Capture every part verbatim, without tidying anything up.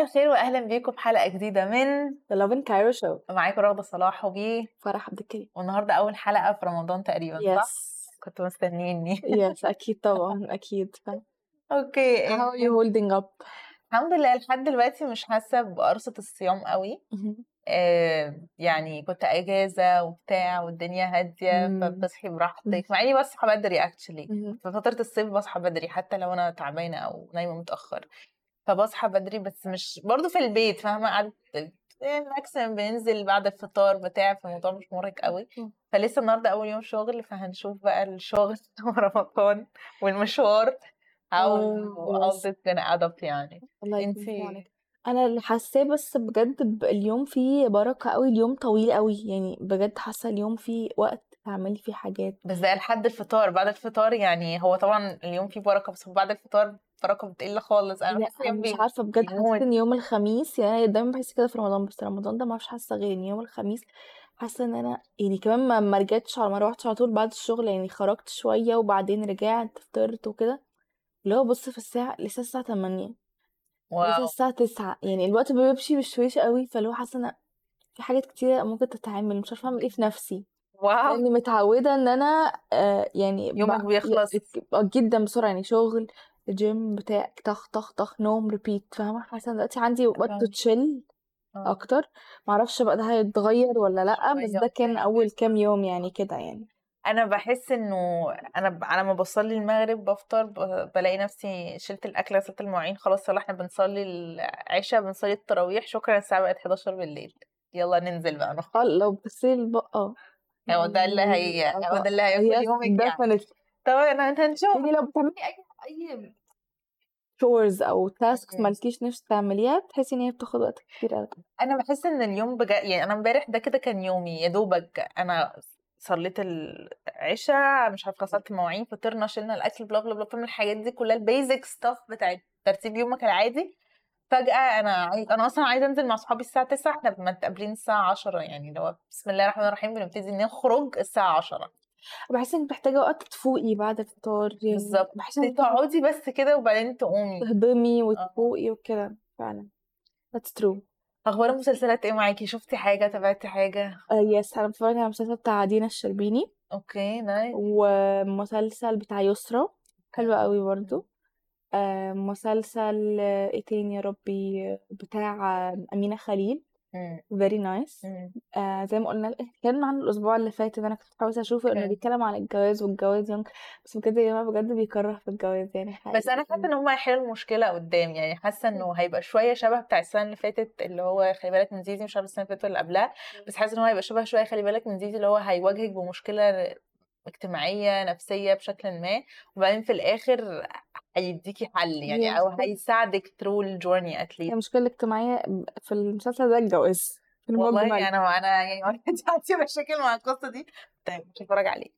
الخير واهلا بيكم في حلقه جديده من The Love in Cairo Show. معاكم رغده صلاح وبي فرح عبد الكريم. والنهارده اول حلقه في رمضان تقريبا Yes. صح؟ كنتوا مستنيني. Yes أكيد طبعا أكيد. اوكي How are you holding up? الحمد لله لحد دلوقتي مش حاسه بقرصه الصيام قوي. آه يعني كنت اجازه وبتاع والدنيا هاديه مم. فبتصحي براحتك مع اني بصحى بدري اكشلي مهم. في فتره الصيف بصحى بدري حتى لو انا تعبانه او نايمه متاخر فبصحى بدري بس مش برضو في البيت فاهمه قعدت ماكسيمم بننزل بعد الفطار بتاع فالموضوع مش مرهق قوي. مم. فلسه النهارده اول يوم شغل فهنشوف بقى الشغل ورمضان والمشوار how آه، all yes. this gonna add up يعني. الله يكون في انتي عونك. أنا اللي حاساه بس بجد ب- اليوم فيه بركة قوي، اليوم طويل قوي يعني بجد حاسة اليوم فيه وقت تعملي فيه حاجات. بس ده لحد الفطار بعد الفطار يعني هو طبعا اليوم فيه بركه بس بعد الفطار بركه بتقل خالص. انا لا بحس اليوم مش بي- عارفة بجد، حسيت بيموت. ان يوم الخميس يعني دايما بحس كده في رمضان، بس رمضان ده ما اعرفش حاسة غير ان يوم الخميس حاسة ان انا يعني كمان ما ما رجعتش على ما روحتش على طول بعد الشغل، يعني خرجت شوية وبعدين رجعت فطرت وكده، اللي هو بص في الساعة لسه الساعة تمانية لسه واو الساعة تسعة، يعني الوقت بيمشي بشويش قوي، فاللي هو حاسة ان في حاجات كتيرة ممكن تتعمل، مش عارفة اعمل ايه في نفسي واو لاني متعودة ان انا آه يعني يومك ب... بيخلص. جدا بسرعة، يعني شغل جيم بتاع طخ طخ طخ نوم ريبيت، فاهمة؟ حاسة ان دلوقتي عندي وقت فاهمة. تشيل اه اكتر. معرفش بقى ده هيتغير ولا لا، بس شوية ده كان اول كام يوم يعني كده يعني. انا بحس انه انا ب... انا لما بصلي المغرب بفطر ب... بلاقي نفسي شلت الاكل غسلت المواعين خلاص يلا احنا بنصلي العشاء بنصلي التراويح شكرا الساعه بقت حداشر بالليل يلا ننزل بقى اه نخرج. لو بصير بقى هو ده اللي يعني هي هو ده اللي هياكل يس يومك يعني. definitely. طبعا هنشوف. يعني لو بتعملي اي اي chores او tasks مالكيش نفس تعمليها بتحسي ان هي بتاخد وقت كتير قوي. انا بحس ان اليوم بجا يعني انا امبارح ده كده كان يومي يا دوبك انا صليت العشاء مش عارفه غسلت المواعين فطرنا شلنا الاكل بلا بلا بلا فاهم الحاجات دي كلها البيزك ستاف بتاعت ترتيب يومك العادي. فجأة أنا عايز أنا أصلا عايزة أنزل مع صحابي الساعة تسعة إحنا متقابلين الساعة عشرة يعني لو بسم الله الرحمن الرحيم بنبتدي نخرج الساعة عشرة. بحس انك محتاجة وقت تفوقي بعد الفطار، يعني بالظبط بحس انك تقعدي بس كده وبعدين تقومي. تهضمي اه وتفوقي وكده فعلا. that's true. أخبار المسلسلات إيه معاكي شفتي حاجة تابعتي حاجة؟ آه يس انا بتفرج على المسلسل بتاع دينا الشربيني أوكي نايس. ومسلسل بتاع يسرا حلو قوي برضو. آه مسلسل آه، ايه تاني يا ربي، بتاع آه، أمينة خليل مم. very nice. مم. آه زي ما قلنا اتكلمنا عنه الاسبوع اللي فات، انا كنت بحاول اشوفه انه اوكي بيتكلم عن الجواز والجواز يونج، بس بجد يا جماعه بجد بيكره في الجواز يعني بس انا حاسه حقيقي. ان هم هيحلوا المشكله قدام يعني حاسه انه هيبقى شويه شبه بتاع السنه اللي فاتت اللي هو خلي بالك من زيزي مش عارفه السنه اللي فاتت ولا قبلها بس حاسه ان هو هيبقى شبه شويه خلي بالك من زيزي اللي هو هيواجهك بمشكله اجتماعيه نفسيه بشكل ما وبعدين في الاخر هيديكي حل هي يعني او مشكلة هيساعدك through الجورني هي اتليست. المشكله الاجتماعيه في المسلسل ده الجواز في المجمل. والله انا انا يعني اوريدي عندي مشاكل مع القصه دي. طيب مش هتفرج عليه.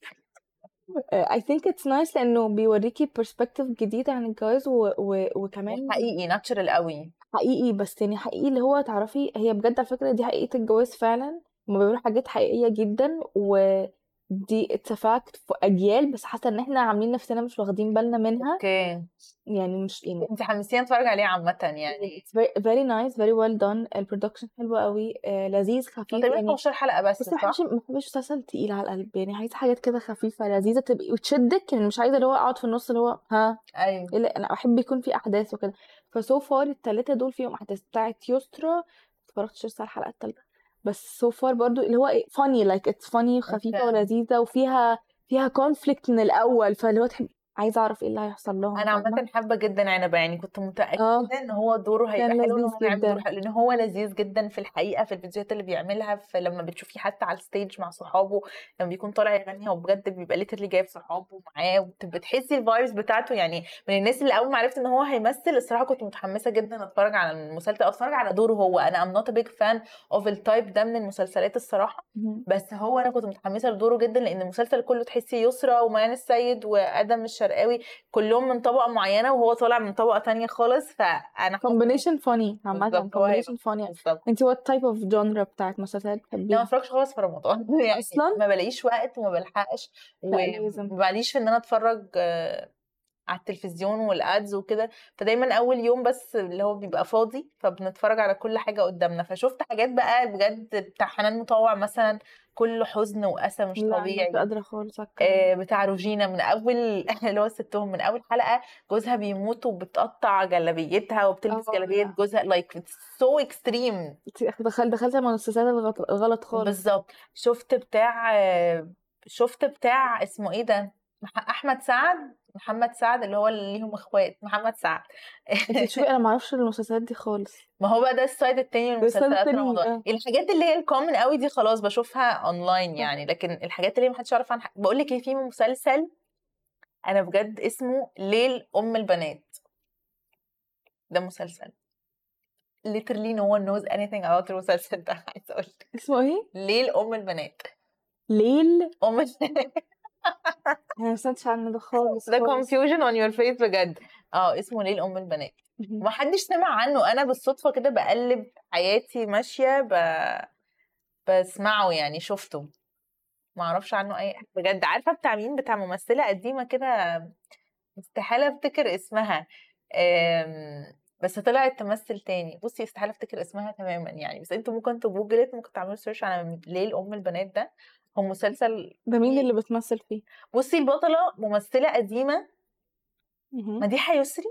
آه، I think it's nice لأنه بيوريكي perspective جديد عن الجواز و... و... وكمان حقيقي ناتشرال قوي. حقيقي، بس يعني حقيقي اللي هو تعرفي هي بجد على فكرة دي حقيقة الجواز فعلا، هما بيقولوا حاجات حقيقية جدا ودي it's a fact في أجيال، بس حاسة ان احنا عاملين نفسنا مش واخدين بالنا منها، اوكي يعني مش يعني انت حمسيني اتفرج عليه عامه يعني. it's very, very nice very well done. البرودكشن حلو قوي، آه لذيذ هو خفيف تقريبا يعني. خمستاشر حلقه بس بس ما بحبش صح؟ ما بحبش مسلسل تقيل على القلب، يعني عايزه حاجات كده خفيفه لذيذه تبقي وتشدك، يعني مش عايزه اللي هو اقعد في النص اللي هو ها ايوه إيه، لا انا احب يكون في احداث وكده. فسو فار التلاته دول فيهم احداث بتاعت يسرا، اتفرجتش لسه على الحلقه التالته، بس سو فار برضو اللي هو ايه فاني لايك اتس فاني وخفيفه اوكي. ولذيذه وفيها فيها كونفليكت من الاول، فاللي هو تحب عايزه اعرف ايه اللي هيحصل لهم، انا فاهمه؟ عامه حابه جدا عنبه يعني كنت متاكده اه ان هو دوره هيبقى كان حلو ان لذيذ هو هيعمل دور جدا. حلو لان هو لذيذ جدا في الحقيقه في الفيديوهات اللي بيعملها في لما بتشوفيه حتى على الستيج مع صحابه لما بيكون طالع يغني هو بجد بيبقى ليترلي جايب صحابه معاه وبتحسي الفايبس بتاعته يعني من الناس اللي اول ما عرفت ان هو هيمثل الصراحه كنت متحمسه جدا اتفرج على المسلسل اتفرج على دوره هو. انا ام نوت ا بيج فان اوف التايب ده من المسلسلات الصراحه مهم. بس هو انا كنت متحمسه لدوره جدا لان المسلسل كله تحسي يسرا وميان السيد وادم الشرقاوي كلهم من طبقه معينه وهو طالع من طبقه تانية خالص فانا حاسه combination funny عامة بالظبط هو هيبقى combination funny. بالظبط. انتي what type of genre بتاعت مسلسلات لا ما بتحبيها اتفرجش خالص في رمضان يعني اصلا؟ ما بلاقيش وقت وما بلحقش لا لازم. ومباليش في ان انا اتفرج آه، على التلفزيون والادز وكده، فدايما اول يوم بس اللي هو بيبقى فاضي فبنتفرج على كل حاجه قدامنا. فشفت حاجات بقى بجد بتاع حنان مطوع مثلا، كله حزن واسى مش لا انا مش طبيعي. قادره خالص على الكلام آه، بتاع روجينا من اول اللي هو ستهم، من اول حلقه جوزها بيموت وبتقطع جلابيتها وبتلبس اه جلابيه لا جوزها، لايك سو اكستريم. دخلت دخلت المؤسسات الغلط الغلط خالص. بالظبط. شفت بتاع آه، شفت بتاع اسمه ايه ده، مح- احمد سعد، محمد سعد اللي هو اللي ليهم اخوات، محمد سعد. انت بتشوفي انا ما اعرفش المسلسلات دي خالص. ما هو بقى ده السايد التاني من ده السنة مسلسلات التاني رمضان. اه الحاجات اللي هي الكومن قوي دي خلاص بشوفها اونلاين صح. يعني، لكن الحاجات اللي محدش يعرف عنها، بقول لك ايه، في مسلسل انا بجد اسمه ليل ام البنات. ده مسلسل literally no one knows anything about المسلسل ده. عايزه اقول لك اسمه ايه؟ ليل ام البنات. ليل. ام البنات. انا ما سمعتش عنه ده خالص ده خالص. confusion on your face بجد. اه اسمه ليل ام البنات. مهم. ومحدش سمع عنه، انا بالصدفه كده بقلب حياتي ماشيه ب... بسمعه يعني، شفته ما اعرفش عنه اي حاجه بجد. عارفه بتاع مين؟ بتاع ممثله قديمه كده، استحاله افتكر اسمها. أم... بس طلعت تمثل تاني. بصي استحاله افتكر اسمها تماما يعني، بس انتوا ممكن تجوجلت، ممكن تعملوا سيرش على ليل ام البنات. ده هو مسلسل. ده مين اللي بتمثل فيه؟ بصي البطله ممثله قديمه، مهم. مديحه يسري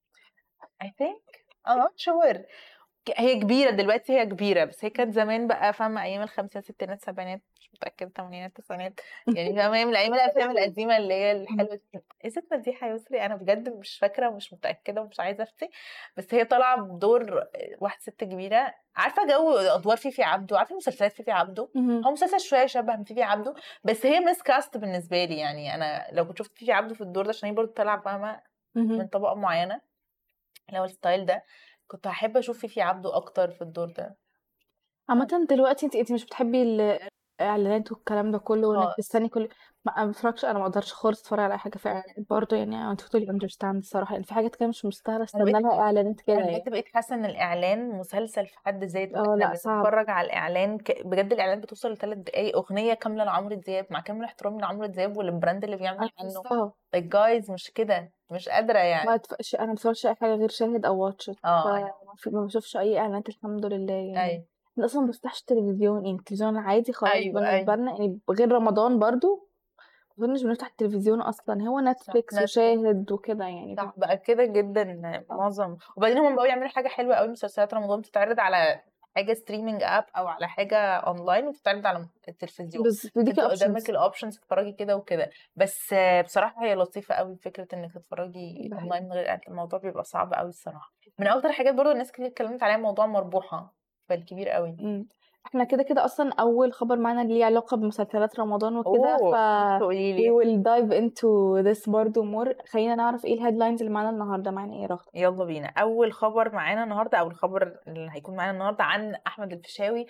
I think. I'm not sure. هي كبيرة دلوقتي، هي كبيرة، بس هي كانت زمان بقى فاهمة أيام الخمسينات ستينات سبعينات، مش متأكدة، تمانينات تسعينات يعني، فاهمة أيام أيام الأفلام القديمة اللي هي الحلوة دي. إذا مديحة يسري أنا بجد مش فاكرة ومش متأكدة ومش عايزة أفتي، بس هي طالعة بدور واحدة ست كبيرة. عارفة جو أدوار فيفي عبده؟ عارفة مسلسلات فيفي عبده؟ مهم. هو مسلسل شوية شبه من فيفي عبده، بس هي مس كاست بالنسبة لي يعني. أنا لو كنت شفت فيفي عبده في الدور ده، عشان هي برضه طالعة فاهمة من مهم. طبقة معينة اللي هو الستايل ده، كنت هحب اشوف فيفي عبده اكتر في الدور ده. عامة دلوقتي انت انت مش بتحبي الاعلانات والكلام ده كله وانك خالص. تستني كل ما انا بفرجش، انا ما اقدرش خالص اتفرج على اي حاجه في اعلانات برضه يعني. انت totally understand الصراحه يعني، في حاجات كده مش مستاهله انا استنى بقيت لها اعلانات كده انا يعني. بجد بقيت حاسه ان الاعلان مسلسل في حد ذاته. اه احنا لا صعب. بنتفرج على الاعلان ك... بجد الاعلان بتوصل لثلاث دقايق اغنيه كامله لعمرو دياب، مع كامل احترامي لعمرو دياب والبراند اللي بيعمل انا عنه. حاساها. like guys مش كده، مش قادره ما يعني. اتفقش، انا ما بتفرجش اي حاجه غير شاهد او واتش إت، اه اي فما في- ما بشوفش اي اعلانات الحمد لله يعني. اي انا اصلا ما بفتحش تلفزيون يعني، التلفزيون العادي خلاص ايوه بالنسبه اي لنا يعني، غير رمضان برضو ما كناش بنفتح التلفزيون اصلا، هو صح. نتفليكس نتفليكس. وشاهد وكده يعني صح فاهم. بقى كده جدا. آه. معظم وبعدين هم بقوا يعملوا حاجه حلوه قوي، مسلسلات رمضان بتتعرض على حاجه ستريمينج اب او على حاجه اونلاين وتتعرض على التلفزيون، بس بيديكي فانت قدامك اوبشنز. الاوبشنز تتفرجي كده وكده. بس آه، بصراحه هي لطيفه قوي فكره انك تتفرجي ده حقيقي. اونلاين من غير اعلان. الموضوع بيبقى صعب قوي الصراحه. من اكتر حاجات برضو الناس كتير اتكلمت عليها موضوع مربوحه، فالكبير قوي. مم. احنا كده كده اصلا اول خبر معانا ليه علاقة بمسلسلات رمضان وكده، ف اوه قولي we لي. will dive into this برضو more. خلينا نعرف ايه الهيدلاينز اللي معانا النهارده. معانا ايه رغد؟ يلا بينا. اول خبر معانا النهارده، او الخبر اللي هيكون معانا النهارده، عن احمد الفيشاوي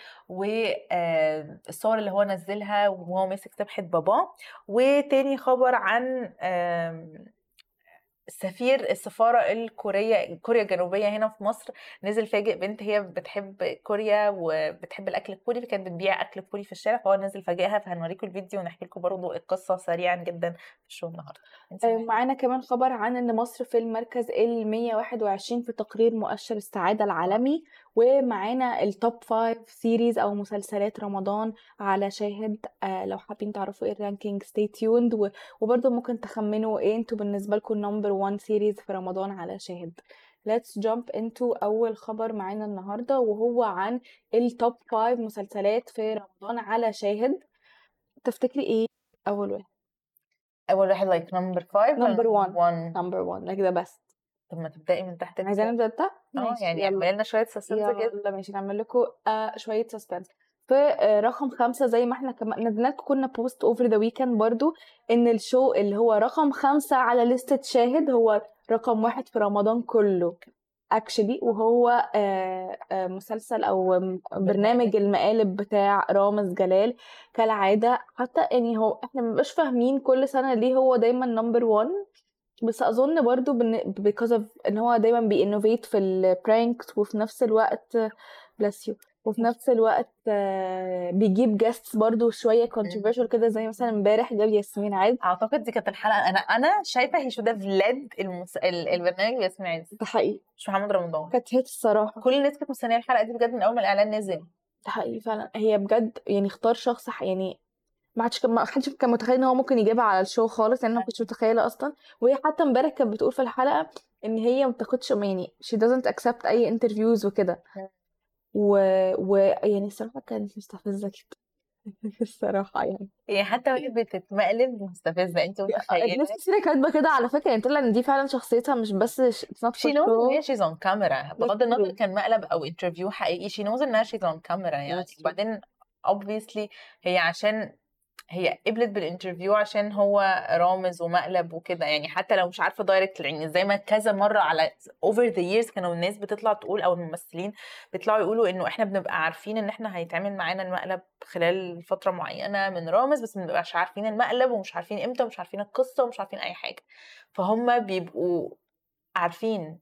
والصور اللي هو نزلها وهو ماسك سبحة باباه. وتاني خبر عن آم، سفير السفارة الكورية كوريا الجنوبية هنا في مصر، نزل فاجئ بنت هي بتحب كوريا وبتحب الأكل الكوري، فكانت بتبيع أكل كوري في الشارع، فهو نزل فاجئها. فهنوريكم الفيديو ونحكي لكم برضه القصة سريعا جدا في الشو النهارده. انت آه، معاكي. معانا كمان خبر عن ان مصر في المركز ال مية وواحد وعشرين في تقرير مؤشر السعادة العالمي. ومعانا التوب فايف سيريز او مسلسلات رمضان على شاهد. آه لو حابين تعرفوا ايه الرانكينج stay tuned. وبرضه ممكن تخمنوا ايه انتوا بالنسبة لكم نمبر وان سيريز في رمضان على شاهد. Let's jump into أول خبر معانا النهاردة، وهو عن التوب فايف مسلسلات في رمضان على شاهد. تفتكري ايه أول واحد؟ أول واحد like number five ولا نمبر number وان. one؟ نمبر وان like the best. طب ما تبدأي من تحت عايزة كده. نبدأ بتاع اه ماشي يعني يلا. اعملي لنا شوية سسبنس كده. يلا ماشي نعمل لكم آه شوية سسبنس. في آه رقم خمسة، زي ما احنا كمان نزلنا لكم كنا بوست اوفر ذا ويكند برضو، ان الشو اللي هو رقم خمسة على لستة شاهد هو رقم واحد في رمضان كله اكشلي، وهو آه آه مسلسل او برنامج المقالب بتاع رامز جلال. كالعادة حتى يعني هو احنا مبقاش فاهمين كل سنة ليه هو دايما نمبر وان، بس اظن برضو بن... because of ان هو دايما بينوفيت في البرانكس، وفي نفس الوقت bless you وفي نفس الوقت آه، بيجيب جاستس برضو شويه controversial كده، زي مثلا امبارح جاب ياسمين عز. اعتقد دي كانت الحلقه، انا انا شايفه هي شوده ليد المس... ال- البرنامج بياسمين عز، ده حقيقي، مش محمد رمضان. كانت هيت الصراحه. كل الناس كانت مستنيه الحلقه دي بجد من اول ما الاعلان نزل. ده حقيقي فعلا، هي بجد يعني اختار شخص ح- يعني ما حدش كان ما حدش كان متخيل ان هو ممكن يجيبها على الشو خالص، لان انا ما كنتش متخيله اصلا. وهي حتى امبارح كانت بتقول في الحلقه ان هي ما بتاخدش، يعني she doesn't accept اي انترفيوز وكده. و... و يعني الصراحه كانت مستفزه جدا الصراحه يعني. يعني حتى وهي بتتمقلب مستفزه، انت متخيله؟ ناس كتير كاتبه كده على فكره، يعني طلع ان دي فعلا شخصيتها، مش بس ش- it's not for شي نوز ان هي show. شيز اون كاميرا، بغض النظر كان مقلب او انترفيو حقيقي، شي نوز انها شيز اون كاميرا يعني. That's true. وبعدين obviously هي عشان هي قبلت بالانترفيو عشان هو رامز ومقلب وكده يعني، حتى لو مش عارفه دايركت، يعني زي ما كذا مره على over the years كانوا الناس بتطلع تقول، او الممثلين بيطلعوا يقولوا انه احنا بنبقى عارفين ان احنا هيتعمل معانا المقلب خلال فتره معينه من رامز، بس ما بنبقاش عارفين المقلب ومش عارفين امتى ومش عارفين القصه ومش عارفين اي حاجه، فهم بيبقوا عارفين.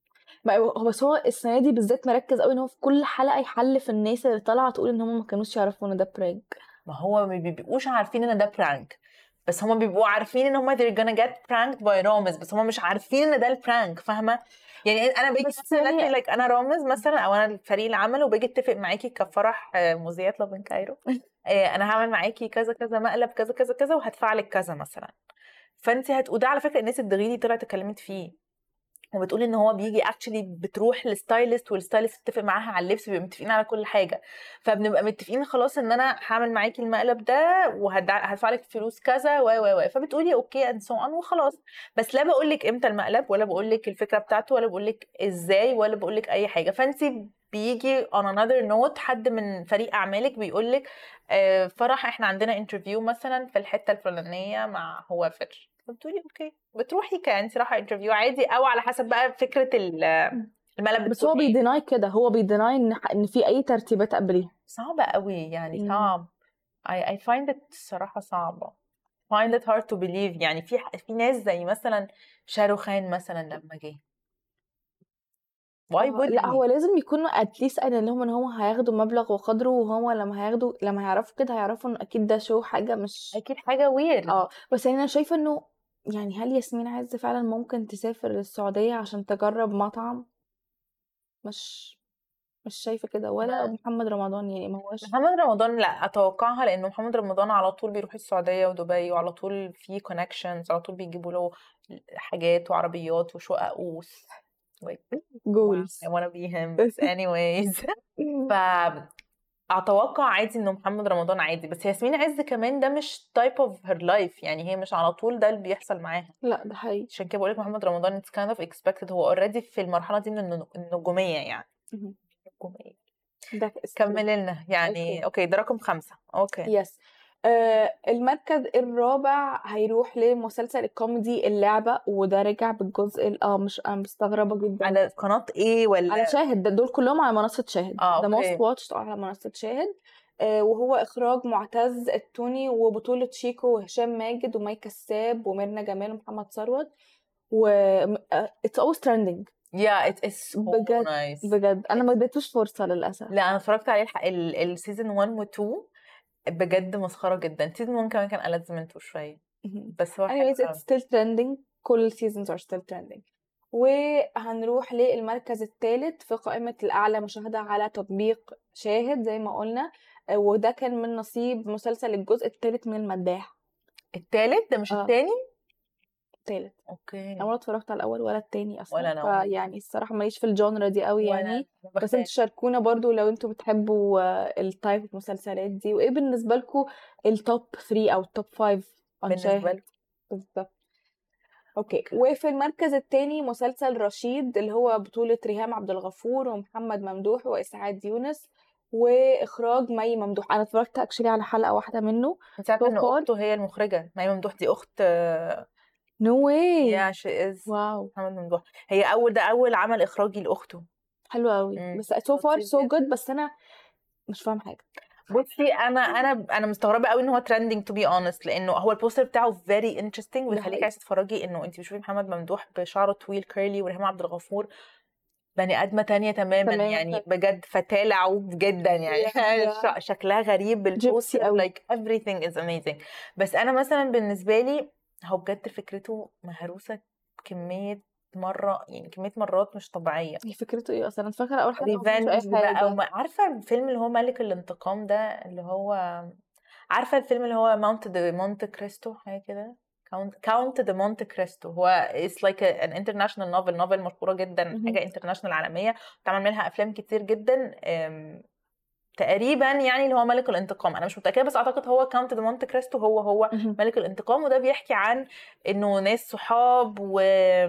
ما هو بس هو السنه دي بالذات مركز قوي ان هو في كل حلقه يحلف الناس اللي طالعه تقول ان هم ما كانوش يعرفوا ان ده برانك. ما هو ما بيبقوش عارفين ان ده برانك، بس هما بيبقوا عارفين ان هما they're gonna get pranked by رامز، بس هما مش عارفين ان ده البرانك، فاهمه؟ يعني انا باجي بس مثلا يعني- like انا رامز مثلا، او انا الفريق العمل، وباجي اتفق معاكي كفرح آه، مذيعات لافن كايرو، آه، انا هعمل معاكي كذا كذا مقلب كذا كذا كذا وهدفع لك كذا مثلا، فانت هتقول ده على فكره الناس الدغيدي طلعت اتكلمت فيه، وبتقول ان هو بيجي اكشلي بتروح للستايلست، والستايلست بتتفق معاها على اللبس، بيبقوا متفقين على كل حاجه، فبنبقى متفقين خلاص ان انا هعمل معاكي المقلب ده وهدفع لك فلوس كذا و و و فبتقولي اوكي اند سو اون وخلاص، بس لا بقول لك امتى المقلب، ولا بقول لك الفكره بتاعته، ولا بقول لك ازاي، ولا بقول لك اي حاجه، فانت بيجي on another note حد من فريق اعمالك بيقول لك آه فرح احنا عندنا انترفيو مثلا في الحته الفلانيه مع هو فر، بتقولي اوكي بتروحي كأنت رايحه انترفيو عادي، او على حسب بقى فكره المقلب. بس هو بيديناي كده، هو بيديناي ان ان في اي ترتيبات قبليها. صعبه قوي يعني، مم. صعب. I, I find it الصراحه صعبه، find it hard to believe يعني. في في ناس زي مثلا شاروخان مثلا لما جه why آه، would لا he؟ هو لازم يكونوا اتليست قايل لهم ان هم هياخدوا مبلغ وقدره، وهو لما هياخدوا لما هيعرفوا كده هيعرفوا ان اكيد ده شو حاجه مش اكيد حاجه weird. اه. بس يعني انا شايفه انه يعني هل ياسمين عز فعلا ممكن تسافر للسعوديه عشان تجرب مطعم؟ مش مش شايفه كده. ولا ما- محمد رمضان يعني ما هوش. محمد رمضان لا اتوقعها، لانه محمد رمضان على طول بيروح السعوديه ودبي، وعلى طول في connections، على طول بيجيبوا له حاجات وعربيات وشقق وس like جولز. I wanna be him بس anyways فأتوقع عادي إنه محمد رمضان عادي، بس ياسمين عز كمان ده مش type of her life يعني، هي مش على طول ده اللي بيحصل معاها، لا ده حقيقي. عشان كده بقولك محمد رمضان it's kind of expected، هو already في المرحلة دي من النج- النجومية يعني. مهم. النجومية. ده كملي لنا يعني. أوكي. اوكي ده رقم خمسة. اوكي يس. آه المركز الرابع هيروح لمسلسل الكوميدي اللعبة، وده رجع بالجزء ال- اه مش انا مستغربة جدا. على قناة ايه ولا؟ على شاهد، ده دول كلهم على منصة شاهد. اه ده موست اوكي واتشد على منصة شاهد. آه وهو اخراج معتز التوني، وبطولة شيكو وهشام ماجد ومي كساب وميرنا جمال ومحمد ثروت. و آه، it's always trending. yeah it is so بجد nice. بجد انا ما اديتوش فرصة للأسف. لا انا اتفرجت عليه الح... ال... السيزون واحد و اتنين بجد مسخرة جدا، سيزون واحد كمان كان ألذ من اتنين شوية، مهم. بس هو حلو anyways it's قوي. still trending. كل seasons are still trending. وهنروح للمركز الثالث في قائمة الأعلى مشاهدة على تطبيق شاهد زي ما قلنا. آه، وده كان من نصيب مسلسل الجزء الثالث من المداح. التالت ده مش اه التاني؟ الثالث. اوكي انا ولا اتفرجت على الاول ولا التاني اصلا، ولا انا ولا فيعني الصراحه ماليش في الجونرا دي قوي ولا يعني. أنا بس بخاف. انتوا شاركونا برضو لو انتوا بتحبوا آه، التايب المسلسلات دي، وايه بالنسبه لكم التوب ثلاثة او التوب خمسة on بالنسبة شاهد. لي بالظبط. اوكي. وفي المركز الثاني مسلسل رشيد، اللي هو بطولة ريهام عبد الغفور ومحمد ممدوح وإسعاد يونس، واخراج مي ممدوح. انا اتفرجت اكشلي على حلقة واحدة منه. انت عارفة so ان far اخته هي المخرجة، مي ممدوح دي اخت no way. يا شي از واو محمد ممدوح، هي اول ده اول عمل اخراجي لاخته. حلو قوي. مم. بس so far لطيف so جدا. good، بس انا مش فاهم حاجة. بصي انا انا انا مستغربه قوي ان هو ترندنج تو بي اونست، لانه هو البوستر بتاعه فيري انترستنج ويخليك حقيقي. عايزه تتفرجي، انه انت بتشوفي محمد ممدوح بشعره طويل كيرلي وريهام عبد الغفور بني ادمه تانية تماما تماما يعني تماما. بجد فتاة لعوب جدا يعني Yeah. ش- شكلها غريب جيبسي بالبوستر قوي. like everything is amazing. بس انا مثلا بالنسبه لي هو بجد فكرته مهروسه كميه مره يعني كميه مرات مش طبيعيه. هي فكرته ايه اصلا؟ انا فاكره اول حلقه ما فيهاش اي ريفنج بقى حاجه. وما عارفه الفيلم اللي هو ملك الانتقام ده اللي هو عارفه الفيلم اللي هو ماونت ذا مونte كريستو حاجه كده كاونت كاونت ذا مونte كريستو هو it's like a- an international novel novel مشهوره جدا مهم. حاجه international عالميه اتعمل منها افلام كتير جدا. أم، تقريبا يعني اللي هو ملك الانتقام انا مش متاكده بس اعتقد هو كاونت ذا مونte كريستو هو هو مهم. ملك الانتقام وده بيحكي عن انه ناس صحاب و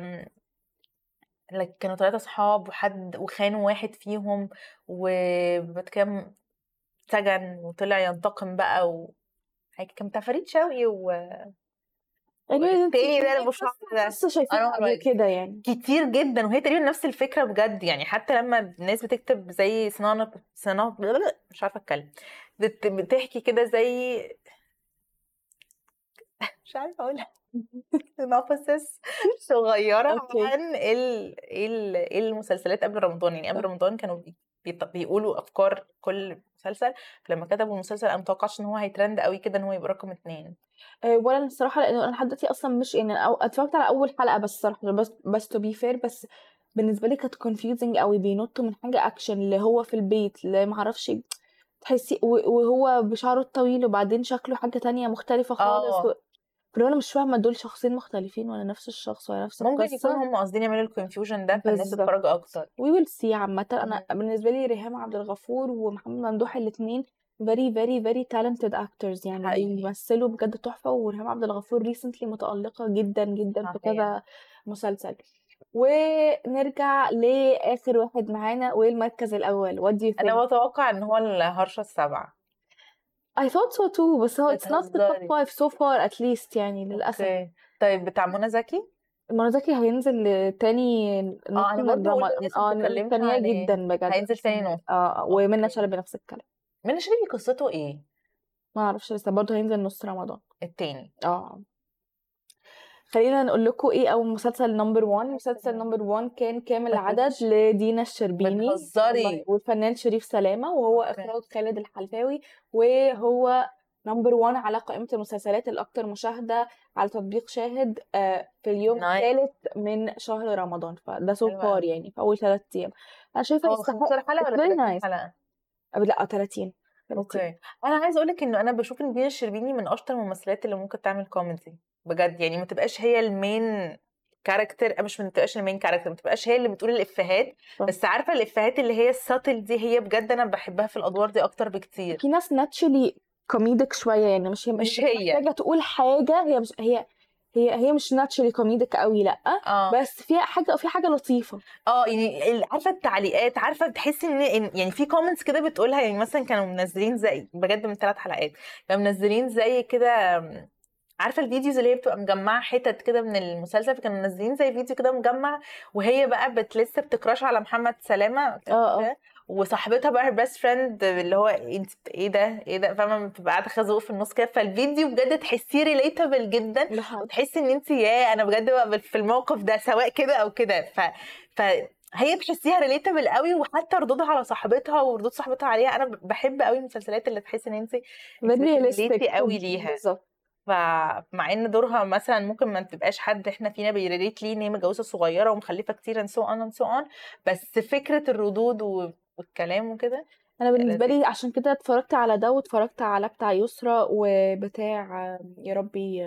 like كانوا ثلاثة صحاب وحد وخانوا واحد فيهم وبعد كده سجن وطلع ينتقم بقى و هيك كان بتاع فريد شوقي و... anyway انت والتاني ده يعني اللي مش عارفة ده قصه شايفينها انا قبل like كده يعني. كتير جدا وهي تقريبا نفس الفكرة بجد يعني حتى لما الناس بتكتب زي صنانة صنانة مش عارفة اتكلم بت... بتحكي كده زي مش عارفة اقولها synopsis صغيرة اوكي. عن ال... ال... إيه المسلسلات قبل رمضان يعني قبل صح. رمضان كانوا بي... بيط- بيقولوا افكار كل مسلسل فلما كتبوا المسلسل انا متوقعش ان هو هيترند قوي كده ان هو يبقى رقم اتنين. آه، ولا أنا الصراحه لانه انا لحد دلوقتي اصلا مش يعني أو اتفرجت على اول حلقه بس الصراحه بس بس تو بي فير بس بالنسبه لي كانت confusing قوي بينطوا من حاجه اكشن اللي هو في البيت اللي ما اعرفش تحسي و- وهو بشعره الطويل وبعدين شكله حاجه تانية مختلفه خالص اه و... فلو انا مش فاهمه دول شخصين مختلفين ولا نفس الشخص ولا نفس ممكن يكون القصه. هم قاصدين يعملوا الكونفيوجن ده فالناس بالظبط. تتفرج اكتر. وي ويل سي. عامة أنا مم. بالنسبة لي ريهام عبد الغفور ومحمد ممدوح الاتنين very very very talented actors يعني حقيقي بيمثلوا بجد تحفة. وريهام عبد الغفور recently متألقة جدا جدا في صحيح. كذا مسلسل. ونرجع لآخر واحد معانا والمركز الأول. what do you انا think؟ بتوقع ان هو الهرشة السبعة. I thought so too بس هو it's not the top بتهزري؟ five so far at least يعني للأسف. اوكي طيب بتاع منى زكي. المنازكي هينزل تاني نص اه انا من برضو بقول رمضان. للناس اه ما تتكلمش مستنياه عليه جدا بجد. هينزل تاني نص. اه ومنى اوكي شلبي نفس الكلام. من شريكي قصته ايه ما اعرفش لسه برضه هينزل نص رمضان. التاني؟ اه خلينا نقول لكم ايه اول مسلسل نمبر واحد. مسلسل نمبر واحد كان كامل العدد لدينا الشربيني والله بتهزري؟ والفنان شريف سلامة وهو اوكي اخراج خالد الحلفاوي. وهو نمبر واحد على قائمة المسلسلات الأكثر مشاهدة على تطبيق شاهد آه، في اليوم نايس الثالث من شهر رمضان. فده سو حلو فار قوي. يعني في أول ثلاث أيام. أنا شايفة هو يستحق. خمستاشر حلقة It's ولا very تلاتين nice. حلقة؟ أو لا ثلاثين. ثلاثين. اوكي انا عايزه اقول لك انه انا بشوف ان دينا الشربيني من اشطر الممثلات اللي ممكن تعمل كوميدي بجد يعني ما تبقاش هي المين كاركتر مش ما تبقاش المين كاركتر ما تبقاش هي اللي بتقول الافيهات صح. بس عارفه الافيهات اللي هي الساتل دي هي بجد انا بحبها في الادوار دي اكتر بكتير. في ناس ناتشلي كوميديك شويه يعني مش هي مش مش هي محتاجه تقول حاجه. هي مش هي هي هي مش ناتشلي كوميديك قوي لا. اه بس فيها حاجه في حاجه لطيفه. اه يعني ال- عارفه التعليقات عارفه بتحسي ان إن- يعني في كومنتس كده بتقولها يعني مثلا كانوا منزلين زي بجد من ثلاث حلقات كانوا منزلين زي كده م، عارفه الفيديوز اللي هي بتبقى مجمعه حتت كده من المسلسل فكانوا منزلين زي فيديو كده مجمع وهي بقى بت لسه بتكراش على محمد سلامه اه اه وصاحبتها بقى her best friend اللي هو انت ايه ده ايه ده فاهمه بتبقى قاعده خازوق في النص كده فالفيديو بجد تحسيه ريليتابل جدا ده حقيقي. وتحسي ان انت يا انا بجد بقى في الموقف ده سواء كده او كده ف فهي تحسيها ريليتابل قوي وحتى ردودها على صاحبتها وردود صاحبتها عليها انا بحب قوي المسلسلات اللي تحسي ان انت انت very realistic بتريليتي قوي ليها. بالظبط. فمع ان دورها مثلا ممكن ما تبقاش حد احنا فينا بيريليت ليه ان هي متجوزه صغيره ومخلفه كتير and so on and so on بس فكره الردود و- والكلام وكده انا بالنسبه لذيذ. لي عشان كده اتفرجت على ده واتفرجت على بتاع يسرا وبتاع يا ربي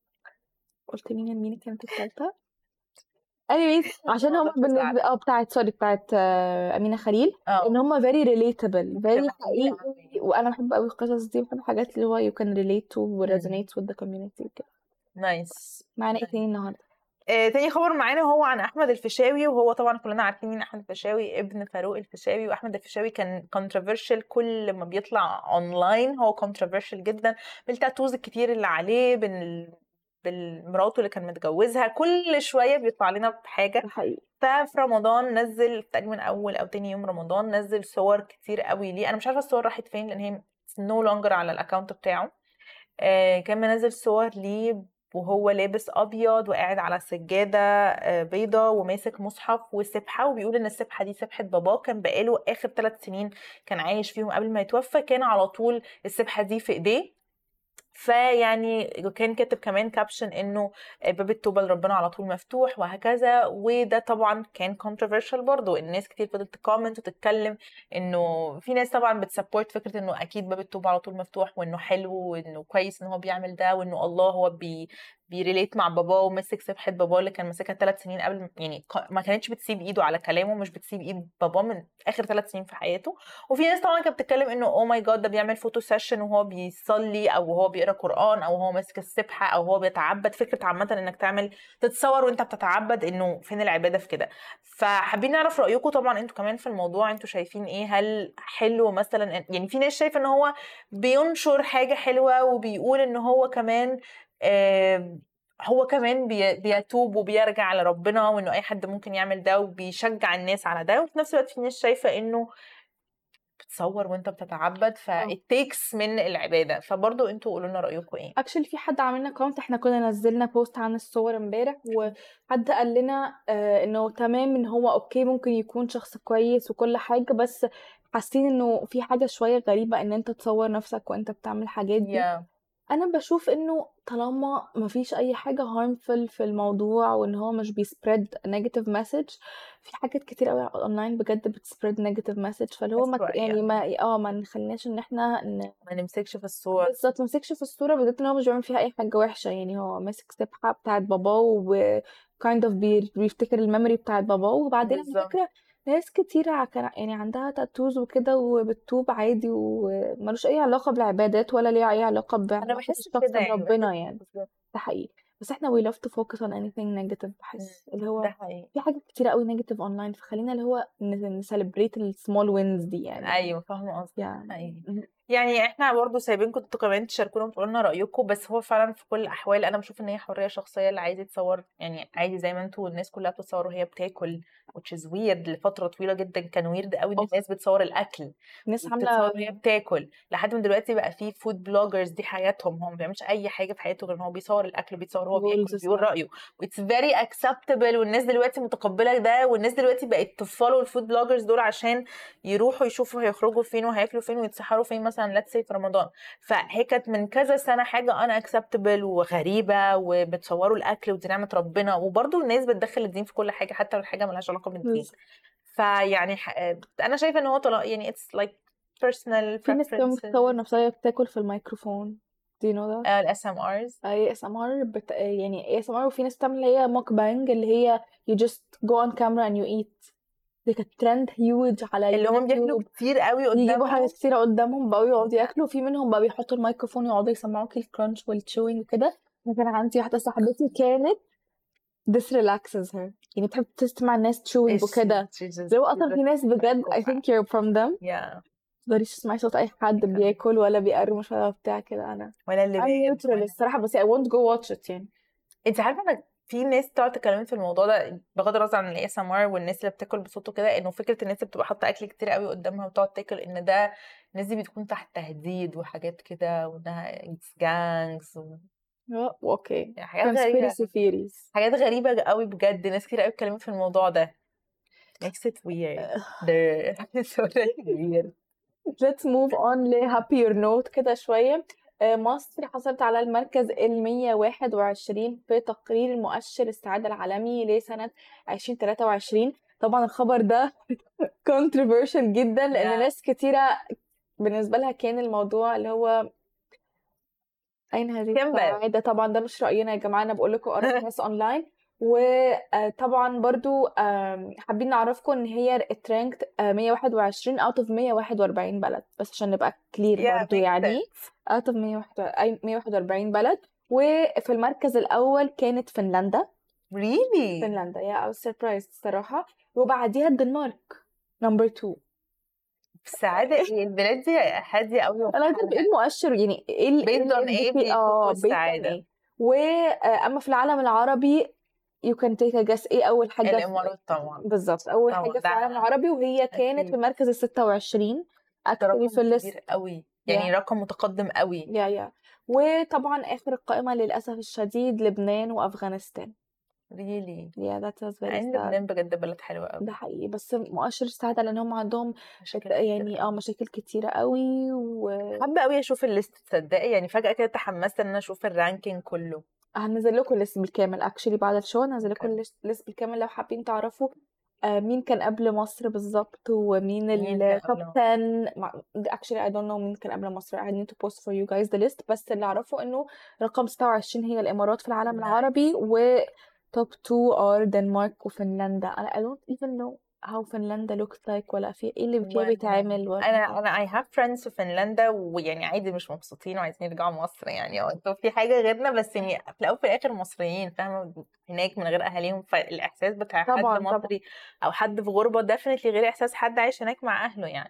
قلت مين مين كانت الثالثه anyways عشان ما هم اقدرش بالنسبه اساعدك. اه بتاعت سوري بتاعت آه، امينه خليل. اه ان هم very relatable very كانوا حلوين حقيقي. قوي. وانا بحب قوي القصص دي بحب الحاجات اللي هو you can relate to و مم. resonate with the community وكده. نايس. معنا ايه تاني النهارده؟ آه، تاني خبر معانا هو عن احمد الفيشاوي وهو طبعا كلنا عارفين مين احمد الفيشاوي ابن فاروق الفيشاوي واحمد الفيشاوي كان controversial كل ما بيطلع اونلاين هو controversial جدا بالتاتوز الكتير اللي عليه بال بالمراته اللي كان متجوزها كل شويه بيطلع لنا بحاجه. ده حقيقي. ففي رمضان نزل تقريبا اول او تاني يوم رمضان نزل صور كتير قوي ليه انا مش عارفه الصور راحت فين لان هي نو لونجر على الاكونت بتاعه. آه كان منزل صور ليه وهو لابس ابيض وقاعد على سجاده آه، بيضه وماسك مصحف وسبحه، وبيقول ان السبحه دي سبحه باباه، كان بقاله اخر ثلاث سنين كان عايش فيهم قبل ما يتوفى، كان على طول السبحه دي في ايديه. فيعني كان كاتب كمان كابشن انه باب التوبه لربنا على طول مفتوح وهكذا. وده طبعا كان controversial برضو، الناس كتير فضلت تكومنت وتتكلم انه في ناس طبعا بتسبورت فكره انه اكيد باب التوبه على طول مفتوح، وانه حلو وانه كويس ان هو بيعمل ده، وانه الله هو بي بيريليت مع باباه ومسك سبحه باباه اللي كان ماسكها ثلاث سنين قبل، يعني ق- ما كانتش بتسيب ايده على كلامه، مش بتسيب ايد باباه من اخر ثلاث سنين في حياته. وفي ناس طبعا كانت بتتكلم انه او ماي جاد ده بيعمل فوتو سيشن وهو بيصلي او وهو بيقرا قران او هو ماسك السبحه او هو بيتعبد. فكره عامه انك تعمل تتصور وانت بتتعبد، انه فين العباده في كده؟ فحابين نعرف رايكم طبعا انتوا كمان في الموضوع، انتوا شايفين ايه؟ هل حلو مثلا؟ يعني في ناس شايفه ان هو بينشر حاجه حلوه وبيقول ان هو كمان آه هو كمان بي- بيتوب وبيرجع لربنا، وانه اي حد ممكن يعمل ده، وبيشجع الناس على ده. وفي نفس الوقت في ناس شايفه انه بتصور وانت بتتعبد ف اه it takes من العبادة. فبرضو انتوا قولوا لنا رأيكم ايه. اكشلي في حد عملنا كومنت، احنا كنا نزلنا بوست عن الصور امبارح، وحد قال لنا آه انه تمام ان هو اوكي ممكن يكون شخص كويس وكل حاجة، بس حاسين انه في حاجة شوية غريبة ان انت تصور نفسك وانت بتعمل الحاجات دي. يا انا بشوف انه طالما مفيش اي حاجه harmful في الموضوع وان هو مش بيسبريد negative message، في حاجات كتير قوي اونلاين بجد بتسبريد negative message، فاللي هو ما ت- يعني أسوأ ما اه ما نخليناش ان احنا ن... ما نمسكش في الصور. بالظبط ممسكش في الصوره، بالذات ان هو مش بيعمل فيها اي حاجه وحشه، يعني هو ماسك سبحه بتاعت باباه و kind of بي- بيفتكر الميموري بتاعت باباه. وبعدين على بالظبط. فكره ناس كتير كان يعني عندها تاتوز وكده وبتتوب عادي، وملوش اي علاقه بالعبادات ولا ليه اي علاقه انا بعلاقه بحس الشخص كده، يعني بحس بربنا يعني. بالظبط. ده حقيقي. بس احنا we love to focus on anything negative، مم. بحس اللي ده هو حقيقي. في حاجات كتيرة قوي negative online، فخلينا اللي هو نسليبريت السمول وينز دي يعني. ايوه فاهمه قصدك. يعني حقيقي. يعني احنا برضو سايبينكم انتوا كمان تشاركونا وتقولوا لنا رايكم، بس هو فعلا في كل الاحوال انا بشوف ان هي حريه شخصيه، اللي عايز يتصور يعني عادي زي ما انتوا الناس كلها بتتصور وهي بتاكل، which is weird. لفتره طويله جدا كان ويرد قوي ان اوف الناس بتصور الاكل ناس وبتتصور عاملة وهي بتاكل، لحد من دلوقتي بقى في فود بلوجرز دي حياتهم، هو ما بيعملش اي حاجه في حياته غير ان هو بيصور الاكل وبيتصور وهو بياكل جولز وبيقول صح. رايه. واتس فيري اكسبتبل، والناس دلوقتي متقبله ده، والناس دلوقتي بقت تفولو الفود بلوجرز دول عشان يروحوا يشوفوا هيخرجوا فين وهياكلوا فين ويتسحروا فين مثلا let's say في رمضان. فهي كانت من كذا سنه حاجه انا اكسبتبل وغريبه، وبتصوروا الاكل ودي نعمه ربنا. وبرضه الناس بتدخل الدين في كل حاجه حتى لو الحاجه ملهاش علاقه بالدين. بس فيعني ح... انا شايفه ان هو طلاق، يعني it's like personal في ناس كمان بتصور preferences. نفسها وهي بتاكل في الميكروفون. do you know that؟ ال إس إم آرز. اي اس ام ار بت... يعني اي اس ام ار. وفي ناس بتعمل اللي هي موك بانج، اللي هي you just go on camera and you eat. دي كانت ترند هيوج على اللي هم بياكلوا اليوتيوب، كتير قوي يجيبوا حاجات قدامهم. كتيرة قدامهم بقوا يقعدوا ياكلوا، في منهم بقى بيحطوا الميكروفون يقعدوا يسمعوكي الكرانش والتشوينج وكده. أنا كان عندي واحدة صاحبتي كانت this relaxes her، يعني بتحب تسمع الناس تشوينج It's وكده. she's just لو she's اصلا في ناس just بجد I psychopath. think you're from them، Yeah. متقدريش تسمعي صوت اي حد بياكل ولا بيقرمش ولا بتاع كده. انا ولا اللي I'm بان neutral ولا. الصراحة، بس I won't go watch it يعني. انت عارفه ان في ناس تقعد تكلمني في الموضوع ده بغض النظر عن الاي اس ام ار والناس اللي بتاكل بصوت وكده، انه فكره الناس اللي بتبقى حاطه اكل كتير قوي قدامها وتقعد تاكل، ان ده الناس دي بتكون تحت تهديد وحاجات كده، وانها جانجز و... اه اوكي يعني حاجات غريبه، conspiracy theories. حاجات غريبه قوي بجد. ناس كتير قوي اتكلمت في الموضوع ده. makes it weird. the so weird. let's move on ل happier note كده شوية. آه، مصر حصلت على المركز المية واحد وعشرين في تقرير مؤشر السعادة العالمي لسنة عشرين تلاتة وعشرين. طبعا الخبر ده controversial جدا، لأن yeah. ناس كتيرة بالنسبة لها كان الموضوع اللي هو أين هذه كمبل. السعادة. طبعا ده مش رأينا يا جماعة، أنا بقول لكم آراء ناس أونلاين. وطبعا برضو آم، حابين نعرفكم ان هي اترانكت مية واحد وعشرين out of مية واحد وأربعين بلد، بس عشان نبقى كلير yeah برضو makes يعني sense. out of مية واحد وأربعين بلد. وفي المركز الأول كانت فنلندا. really. فنلندا يا I was surprised الصراحة. وبعديها الدنمارك نمبر اتنين. السعاده ايه؟ البلاد دي هاديه قوي انا عايزه ايه المؤشر، يعني ايه ال ايه based on ايه الانديكي بيشوفوا اه based on السعاده؟ ايه. واما في العالم العربي you can take a guess ايه اول حاجه في... الامارات طبعا. بالظبط اول طبعا حاجه في ده العالم العربي، وهي كانت في اكيد. المركز ال ستة وعشرين ده actually رقم في الليست. كبير قوي. يعني yeah رقم متقدم قوي. yeah yeah وطبعا آخر القائمة للأسف الشديد لبنان وأفغانستان. really yeah that was very عند sad. لبنان بجد بلد حلوة قوي، ده حقيقي، بس مؤشر السعادة لأن هم عندهم مشاكل ات- كتير يعني اه قوي. مشاكل كتيرة قوي و حابة قوي اشوف الليست، تصدقي يعني فجأة كده تحمست ان انا اشوف الرانكينج كله. هنزل لكم الليست بالكامل اكشلي بعد الشو، هنزل لكم اوكي. الليست بالكامل لو حابين تعرفوا آه، مين كان قبل مصر بالظبط ومين مين كان التوب قبل؟ عشرة. actually I don't know مين كان قبل مصر. I need to post for you guys the list. بس اللي اعرفه انه رقم ستة وعشرين هي الامارات في العالم العربي، و top two are دنمارك وفنلندا. انا I don't even know how فنلندا looks like ولا في ايه اللي فيها وانا بيتعمل ولا انا انا I have friends في فنلندا، ويعني عادي مش مبسوطين وعايزين يرجعوا مصر، يعني هو انتوا في حاجه غيرنا، بس يعني في الاول وفي الاخر مصريين، فاهمه، هناك من غير اهاليهم، فالاحساس بتاع حد طبعا طبعا مصري او حد في غربه definitely غير احساس حد عايش هناك مع اهله يعني.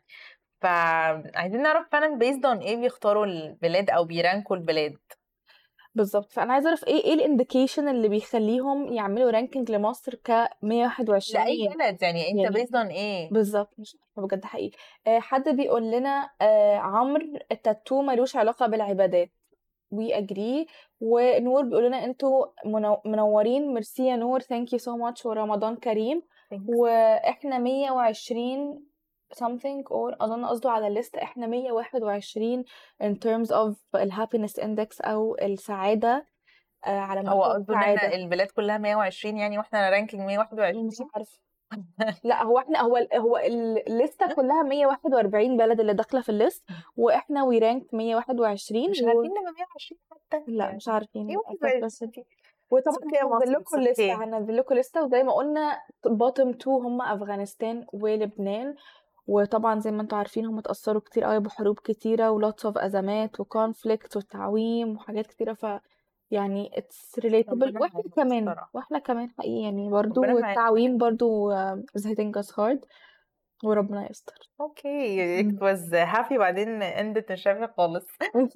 فعايزين نعرف فعلا based on ايه بيختاروا البلاد او بيرانكوا البلاد. بالظبط. فانا عايزه اعرف ايه ايه الانديكيشن اللي بيخليهم يعملوا رانكينج لمصر ك مية وواحد وعشرين لاي بلد يعني انت يعني. based on ايه؟ بالظبط مش عارفه بجد حقيقي. آه حد بيقول لنا آه عمرو التاتو ملوش علاقه بالعبادات. وي اجري. ونور بيقول لنا انتوا منو- منورين، ميرسي يا نور، ثانك يو سو ماتش، ورمضان كريم. Thanks. واحنا مية وعشرين something or اظن قصده على الليست احنا مية وواحد وعشرين in terms of ال happiness index او السعاده آه على هو مقياس قصده ان احنا السعاده. البلاد كلها مية وعشرين يعني واحنا رانكينج مية وواحد وعشرين؟ مش عارفه. لا هو احنا هو ال- هو الليسته كلها مية وواحد وأربعين بلد اللي داخله في الليست، واحنا وي رانك مية وواحد وعشرين مش و... عارفين نبقى مية وعشرين حتى لا مش يعني. عارفين ايه للاسف. بس واحد وعشرين؟ وطبعا It's okay يا هنزل مصر، لكم it's لسته okay. هنزل لكم لسته وزي ما قلنا بوتtom تو هم افغانستان ولبنان. وطبعا زي ما انتم عارفين هم اتأثروا كتير قوي بحروب كتيرة ولوتس اوف ازمات وكونفليكت والتعويم وحاجات كتيرة. ف يعني it's relatable. ربنا واحنا معاهم كمان الصراحة، واحنا كمان حقيقي يعني ربنا برضو معاهم. التعويم برضو uh, is hitting us hard. وربنا يستر. اوكي it was happy بعدين ended مش happy خالص.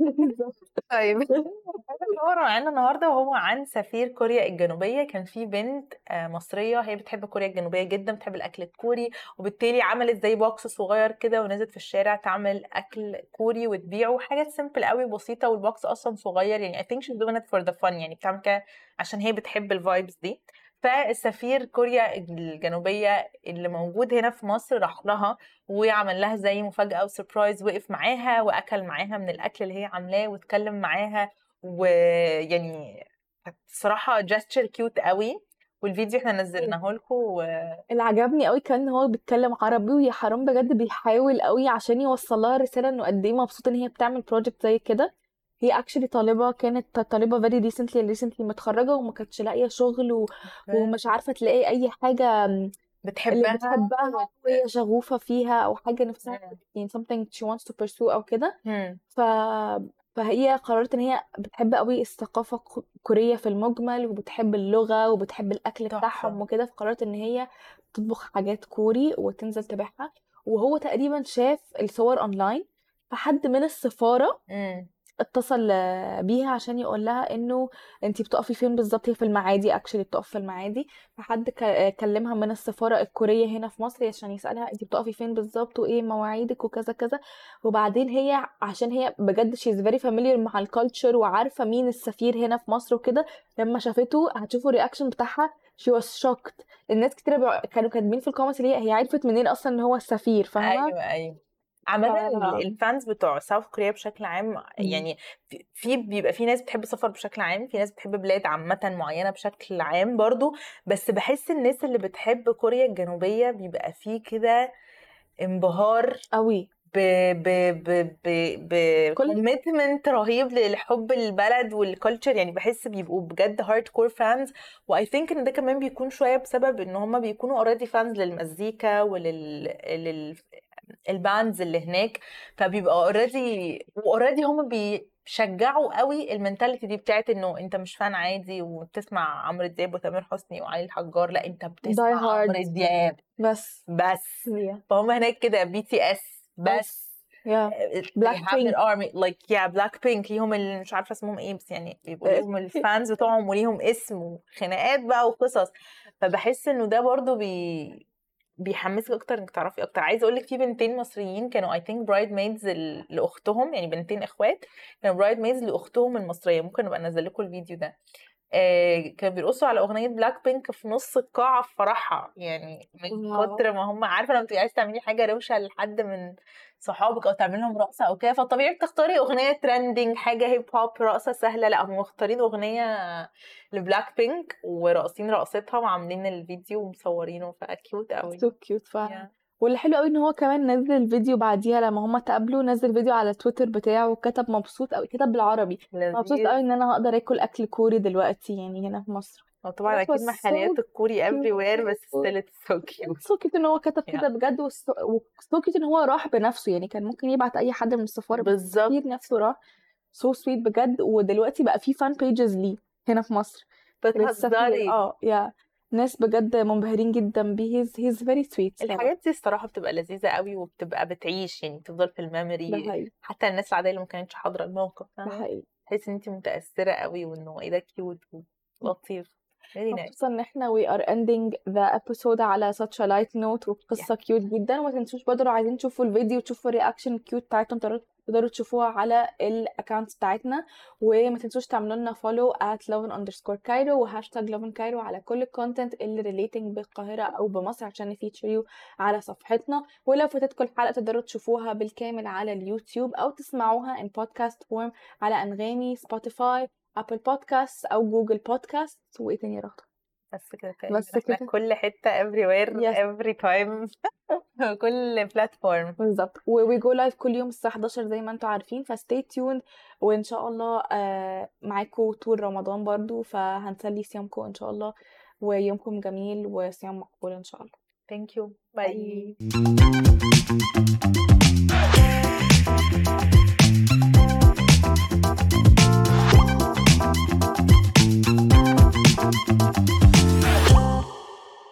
طيب الحوار معانا النهارده وهو عن سفير كوريا الجنوبيه. كان في بنت آه، مصريه هي بتحب كوريا الجنوبيه جدا، بتحب الاكل الكوري، وبالتالي عملت زي بوكس صغير كده ونزلت في الشارع تعمل اكل كوري وتبيعه، حاجات سيمبل قوي بسيطه، والبوكس اصلا صغير يعني I think she's doing it for the fun، يعني بتعمل كده عشان هي بتحب الفايبس دي. فالسفير كوريا الجنوبية اللي موجود هنا في مصر راح لها وعمل لها زي مفاجأة وسربرايز، وقف معاها وأكل معاها من الأكل اللي هي عاملاه واتكلم معاها، ويعني كانت صراحة جاستشر كيوت قوي، والفيديو احنا نزلناه لكم و... اللي عجبني قوي كان هو بيتكلم عربي، ويا حرام بجد بيحاول قوي عشان يوصل لها رساله انه قد ايه مبسوط ان هي بتعمل بروجكت زي كده. هي اكشلي طالبه، كانت طالبه فيري ريسنتلي ريسنتلي متخرجه وما كانتش لاقيه شغل و... ومش عارفه تلاقي اي حاجه اللي بتحبها بتحبها وهي شغوفه فيها او حاجه نفسها مم. يعني something she wants to pursue او كده. مم. ف فهي قررت ان هي بتحب قوي الثقافه الك- الكوريه في المجمل، وبتحب اللغه وبتحب الاكل تحفة. بتاعهم وكده. فقررت ان هي تطبخ حاجات كوري وتنزل تبيعها. وهو تقريبا شاف الصور اونلاين، فحد من السفاره مم. اتصل آه، بيها عشان يقول لها انه انتي بتقفي فين بالظبط. هي في المعادي اكشلي بتقف في المعادي. فحد ك- آه، كلمها من السفارة الكورية هنا في مصر عشان يسألها انتي بتقفي فين بالظبط وايه مواعيدك وكذا كذا. وبعدين هي عشان هي بجد she's very familiar مع الكالتشر وعارفة مين السفير هنا في مصر وكده، لما شافته هتشوفوا الرياكشن بتاعها she was shocked. الناس كتير بيع- كانوا كاتبين في الكومنتس اللي هي هي عرفت منين اصلا ان هو السفير، فاهمة. ايوه ايوه. عامة ف... الفانز بتوع ساوث كوريا بشكل عام يعني في في- بيبقى في ناس بتحب السفر بشكل عام، في ناس بتحب بلاد عامة معينة بشكل عام برضو، بس بحس الناس اللي بتحب كوريا الجنوبية بيبقى فيه كده انبهار قوي ب ب ب ب ب كل commitment رهيب لحب البلد والكالتشر، يعني بحس بيبقوا بجد هارد كور فانز. واي ثينك ان ده كمان بيكون شويه بسبب ان هم بيكونوا اوريدي فانز للمزيكا ولل لل الباندز اللي هناك، فبيبقى اوريدي اوريدي هم بيشجعوا قوي المينتاليتي دي بتاعت انه انت مش فان عادي وبتسمع عمرو دياب وتامر حسني وعلي الحجار، لا انت die بتسمع hard عمرو دياب بس. بس. yeah فهم هناك كده بي تي اس بس. yeah they black have pink their army like yeah Blackpink ليهم اللي مش عارفه اسمهم ايه، بس يعني بيبقوا ليهم الفانز بتوعهم وليهم اسم وخناقات بقى وقصص. فبحس انه ده برضو بي بيحمسك اكتر انك تعرفي اكتر. عايزه اقول لك في بنتين مصريين كانوا اي ثينك برايد ميدز لاختهم، يعني بنتين اخوات كانوا برايد ميدز لاختهم المصريه، ممكن نبقى انزل لكم الفيديو ده. آه كانوا بيرقصوا على اغنيه بلاك بينك في نص القاعه في فرحها، يعني من واو. كتر ما هم عارفه لما تبقي عايزه تعملي حاجه روشه لحد من صحابك او تعملي لهم رقصه او كده، فالطبيعي بتختاري اغنيه ترندنج، حاجه هيب هوب، رقصه سهله. لا هم مختارين اغنيه لبلاك بينك وراقصين رقصتها وعاملين الفيديو ومصورينه، فكيوت قوي. سو كيوت فعلا. Yeah. واللي حلو قوي ان هو كمان نزل الفيديو بعديها لما هما تقابلوا، نزل فيديو على تويتر بتاعه وكتب مبسوط قوي، كتب بالعربي مبسوط لذيذ. قوي ان انا هقدر اكل اكل كوري دلوقتي يعني هنا في مصر. وطبعا That اكيد was محليات so الكوري cute. everywhere، بس still it's so cute. سو كيوت ان هو كتب Yeah. كده بجد، وسو كيوت ان هو راح بنفسه، يعني كان ممكن يبعت اي حد من السفاره بس بالظبط. كتير نفسه راح. سو سويت بجد. ودلوقتي بقى في فان بيجز ليه هنا في مصر لسه في بتهزري. اه يا ناس بجد منبهرين جدا بيه. he's he's very sweet صراحة. الحاجات دي الصراحه بتبقى لذيذه قوي وبتبقى بتعيش، يعني بتفضل في ده الميموري حقيقي حتى الناس العاديه اللي ما كانتش حاضره الموقف، ده فاهمه؟ حقيقي. تحسي ان انت متاثره قوي وانه ايه ده كيوت ولطيف. very nice. مبسوطة ان احنا we are ending the episode على such a light note وقصة كيوت جدا. وما تنسوش برضه لو عايزين تشوفوا الفيديو وتشوفوا الرياكشن كيوت بتاعتهم تقدروا تقدروا تشوفوها على الاكونت بتاعتنا. وما تنسوش تعملوا لنا follow at lovin underscore cairo وهاشتاج lovin cairo على كل الكونتنت اللي relating بالقاهرة او بمصر عشان نفيتشر على صفحتنا. ولو فاتتكم الحلقة تقدروا تشوفوها بالكامل على اليوتيوب او تسمعوها in podcast form على انغامي، سبوتيفاي، ابل بودكاست او جوجل بودكاست. وايه تاني يا رغده؟ بس كده تقريبا. بس احنا كده. كل حته everywhere Yes. every time كل بلاتفورم. بالظبط. وي جو لايف كل يوم الساعة حداشر زي ما انتوا عارفين، فستي تيوند. وان شاء الله آه معاكم طول رمضان برضو، فهنسلي صيامكم ان شاء الله، ويومكم جميل وصيام مقبول ان شاء الله. thank you. bye. Bye.